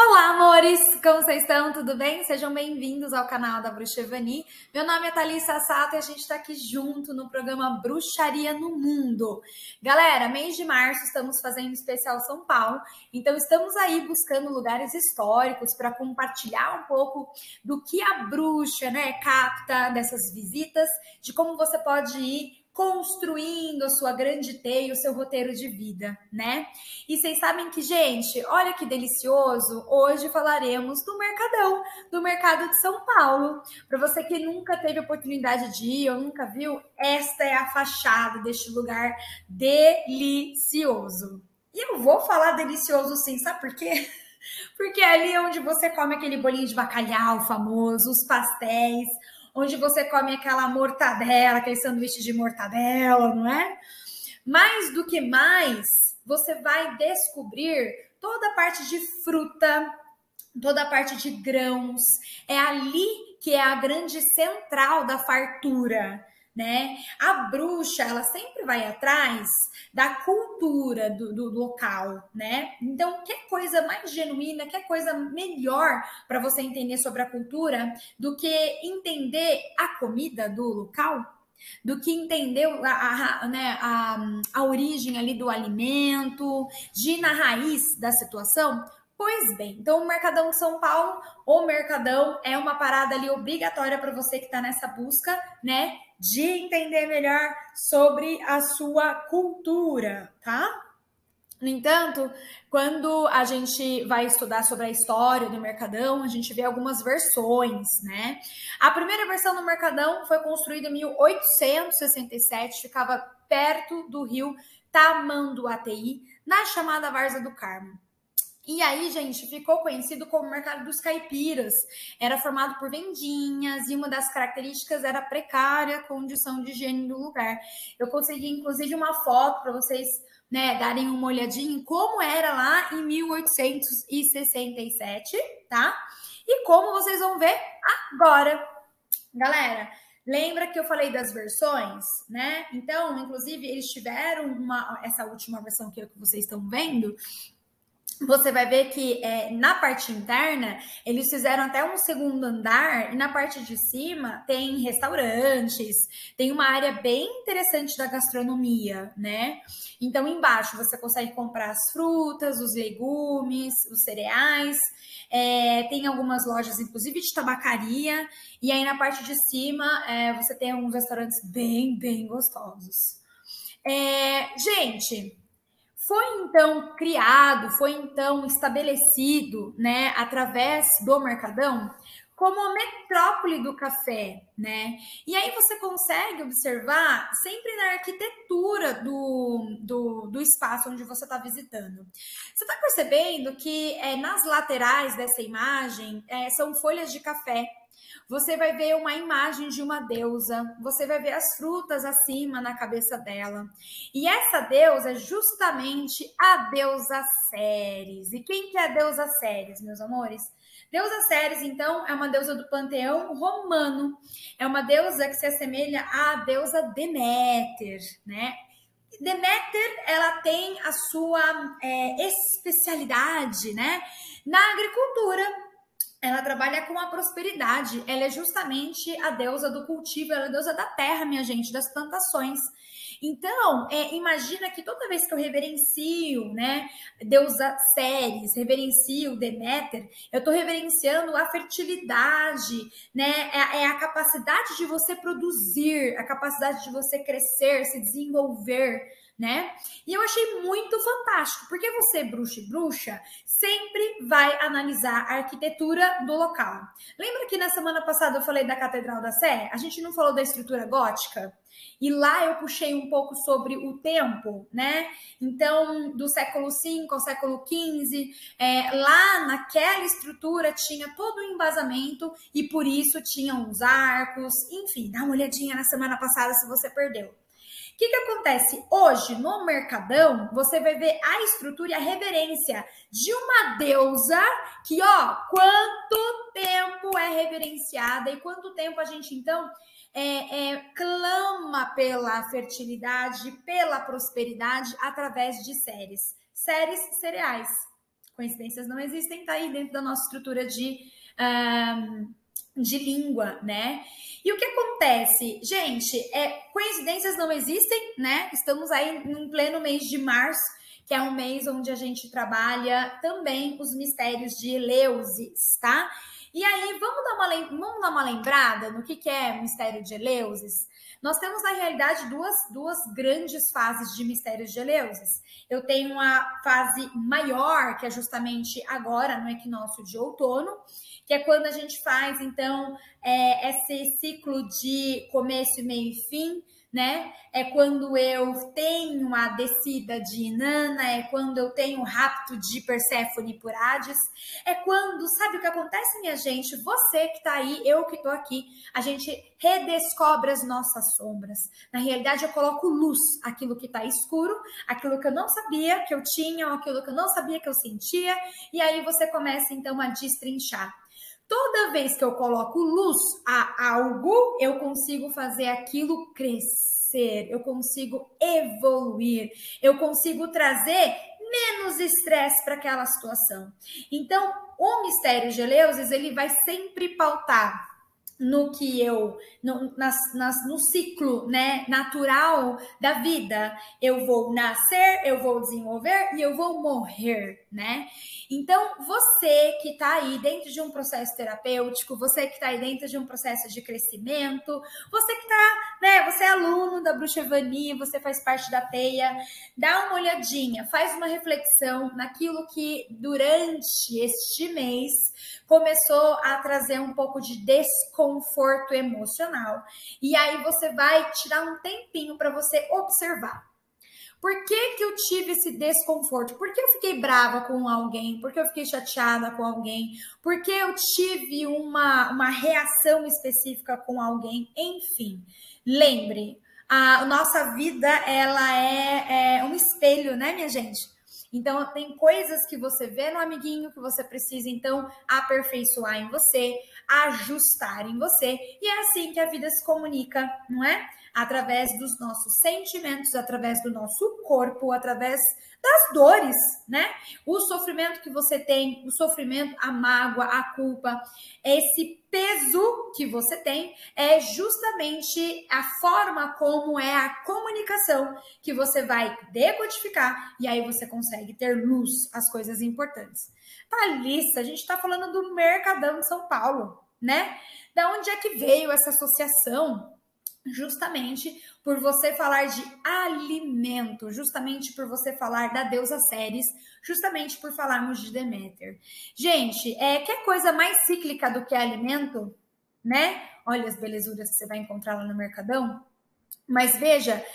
Olá, amores! Como vocês estão? Tudo bem? Sejam bem-vindos ao canal da Bruxa Evani. Meu nome é Thalissa Sato e a gente está aqui junto no programa Bruxaria no Mundo. Galera, mês de março estamos fazendo especial São Paulo, então estamos aí buscando lugares históricos para compartilhar um pouco do que a bruxa, capta dessas visitas, de como você pode ir construindo a sua grande teia, o seu roteiro de vida, né? E vocês sabem que, gente, olha que delicioso, hoje falaremos do Mercado de São Paulo. Para você que nunca teve oportunidade de ir ou nunca viu, esta é a fachada deste lugar delicioso. E eu vou falar delicioso sim, sabe por quê? Porque é ali onde você come aquele bolinho de bacalhau famoso, os pastéis, onde você come aquela mortadela, aquele sanduíche de mortadela, não é? Mais do que mais, você vai descobrir toda a parte de fruta, toda a parte de grãos. É ali que é a grande central da fartura, né? A bruxa, ela sempre vai atrás da cultura do local, né? Então, que coisa mais genuína, que coisa melhor para você entender sobre a cultura do que entender a comida do local? Do que entender a origem ali do alimento, de ir na raiz da situação. Pois bem, então o Mercadão de São Paulo, o Mercadão é uma parada ali obrigatória para você que está nessa busca, né, de entender melhor sobre a sua cultura, tá? No entanto, quando a gente vai estudar sobre a história do Mercadão, a gente vê algumas versões, né? A primeira versão do Mercadão foi construída em 1867, ficava perto do rio Tamanduateí, na chamada Várzea do Carmo. E aí, gente, ficou conhecido como Mercado dos Caipiras. Era formado por vendinhas e uma das características era a precária condição de higiene do lugar. Eu consegui, inclusive, uma foto para vocês, né, darem uma olhadinha em como era lá em 1867, tá? E como vocês vão ver agora. Galera, lembra que eu falei das versões, né? Então, inclusive, eles tiveram essa última versão que vocês estão vendo. Você vai ver que na parte interna eles fizeram até um segundo andar e na parte de cima tem restaurantes, tem uma área bem interessante da gastronomia, né? Então embaixo você consegue comprar as frutas, os legumes, os cereais, tem algumas lojas inclusive de tabacaria e aí na parte de cima você tem alguns restaurantes bem gostosos. Gente, foi então criado, foi então estabelecido, né, através do Mercadão, como a metrópole do café, né? E aí você consegue observar sempre na arquitetura do espaço onde você está visitando. Você está percebendo que nas laterais dessa imagem são folhas de café. Você vai ver uma imagem de uma deusa, você vai ver as frutas acima na cabeça dela. E essa deusa é justamente a deusa Ceres. E quem que é a deusa Ceres, meus amores? Deusa Ceres, então, é uma deusa do panteão romano. É uma deusa que se assemelha à deusa Deméter, né? Deméter, ela tem a sua especialidade, né, na agricultura. Ela trabalha com a prosperidade. Ela é justamente a deusa do cultivo, ela é a deusa da terra, minha gente, das plantações. Então, imagina que toda vez que eu reverencio, né, deusa Ceres, reverencio Deméter, eu estou reverenciando a fertilidade, né, é a capacidade de você produzir, a capacidade de você crescer, se desenvolver, né? E eu achei muito fantástico, porque você, bruxa e bruxa, sempre vai analisar a arquitetura do local. Lembra que na semana passada eu falei da Catedral da Sé? A gente não falou da estrutura gótica? E lá eu puxei um pouco sobre o tempo, né? Então, do século V ao século XV, lá naquela estrutura tinha todo o embasamento e por isso tinham os arcos, enfim, dá uma olhadinha na semana passada se você perdeu. O que acontece? Hoje, no Mercadão, você vai ver a estrutura e a reverência de uma deusa que, ó, quanto tempo é reverenciada e quanto tempo a gente, então, clama pela fertilidade, pela prosperidade através de séries cereais. Coincidências não existem, tá aí dentro da nossa estrutura de língua, né? E o que acontece? Gente, coincidências não existem, né? Estamos aí em pleno mês de março, que é um mês onde a gente trabalha também os mistérios de Eleusis, tá? E aí, vamos dar uma lembrada no que é o mistério de Eleusis? Nós temos, na realidade, duas grandes fases de mistérios de Eleusis. Eu tenho a fase maior, que é justamente agora, no equinócio de outono, que é quando a gente faz, então, esse ciclo de começo, meio e fim, né? É quando eu tenho a descida de Inanna, é quando eu tenho o rapto de Perséfone por Hades, é quando, sabe o que acontece, minha gente? Você que tá aí, eu que tô aqui, a gente redescobre as nossas sombras. Na realidade, eu coloco luz, aquilo que tá escuro, aquilo que eu não sabia que eu tinha, ou aquilo que eu não sabia que eu sentia, e aí você começa, então, a destrinchar. Toda vez que eu coloco luz a algo, eu consigo fazer aquilo crescer, eu consigo evoluir, eu consigo trazer menos estresse para aquela situação. Então, o mistério de Eleusis, ele vai sempre pautar no que no ciclo, né, natural da vida. Eu vou nascer, eu vou desenvolver e eu vou morrer, né? Então, você que está aí dentro de um processo terapêutico, você que está aí dentro de um processo de crescimento, você que está, né, você é aluno da Bruxa Evani, você faz parte da teia, dá uma olhadinha, faz uma reflexão naquilo que durante este mês começou a trazer um pouco de desconforto emocional. E aí você vai tirar um tempinho para você observar. Por que eu tive esse desconforto? Por que eu fiquei brava com alguém? Por que eu fiquei chateada com alguém? Por que eu tive uma reação específica com alguém? Enfim, lembre, a nossa vida, ela é um espelho, né, minha gente? Então, tem coisas que você vê no amiguinho que você precisa, então, aperfeiçoar em você, ajustar em você. E é assim que a vida se comunica, não é? Através dos nossos sentimentos, através do nosso corpo, através das dores, né? O sofrimento que você tem, o sofrimento, a mágoa, a culpa, esse peso que você tem é justamente a forma como é a comunicação que você vai decodificar e aí você consegue ter luz às coisas importantes. Thalissa, a gente está falando do Mercadão de São Paulo, né? Da onde é que veio essa associação? Justamente por você falar de alimento, justamente por você falar da deusa Ceres, justamente por falarmos de Deméter. Gente, quer coisa mais cíclica do que alimento, né? Olha as belezuras que você vai encontrar lá no Mercadão. Mas veja,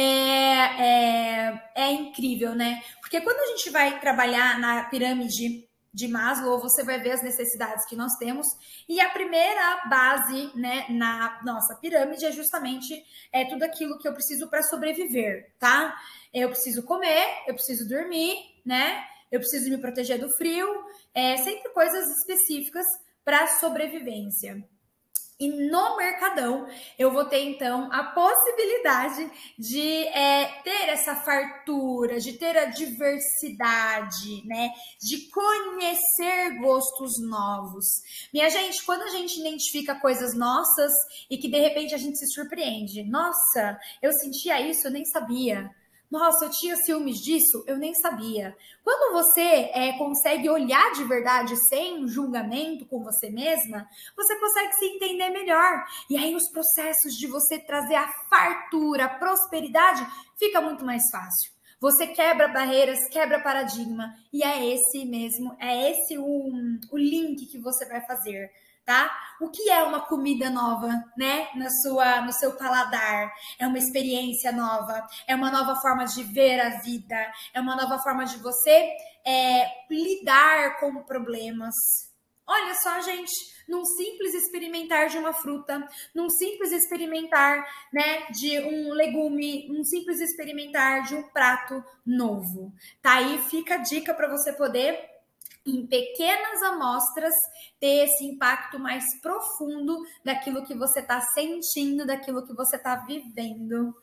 é incrível, né? Porque quando a gente vai trabalhar na pirâmide de Maslow, você vai ver as necessidades que nós temos. E a primeira base, né, na nossa pirâmide é justamente tudo aquilo que eu preciso para sobreviver, tá? Eu preciso comer, eu preciso dormir, né? Eu preciso me proteger do frio, sempre coisas específicas para sobrevivência. E no Mercadão, eu vou ter, então, a possibilidade de ter essa fartura, de ter a diversidade, né? De conhecer gostos novos. Minha gente, quando a gente identifica coisas nossas e que, de repente, a gente se surpreende. Nossa, eu sentia isso, eu nem sabia. Nossa, eu tinha ciúmes disso, eu nem sabia. Quando você consegue olhar de verdade sem julgamento com você mesma, você consegue se entender melhor. E aí os processos de você trazer a fartura, a prosperidade, fica muito mais fácil. Você quebra barreiras, quebra paradigma. E é esse o link que você vai fazer. Tá? O que é uma comida nova, né? No seu paladar? É uma experiência nova, é uma nova forma de ver a vida, é uma nova forma de você lidar com problemas. Olha só, gente, num simples experimentar de uma fruta, num simples experimentar, né, de um legume, um simples experimentar de um prato novo. Tá aí, fica a dica para você poder em pequenas amostras, ter esse impacto mais profundo daquilo que você está sentindo, daquilo que você está vivendo.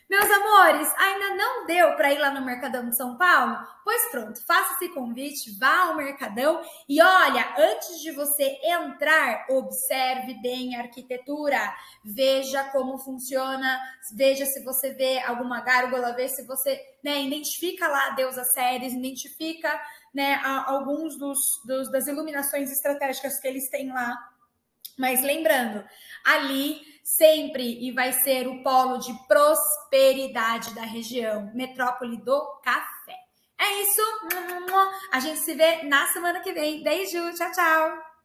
Meus amores, ainda não deu para ir lá no Mercadão de São Paulo? Pois pronto, faça esse convite, vá ao Mercadão e olha, antes de você entrar, observe bem a arquitetura, veja como funciona, veja se você vê alguma gárgula, veja se você, né, identifica lá a deusa Ceres, identifica, né, alguns das iluminações estratégicas que eles têm lá. Mas lembrando, ali sempre e vai ser o polo de prosperidade da região, metrópole do café. É isso. A gente se vê na semana que vem. Beijo, tchau, tchau.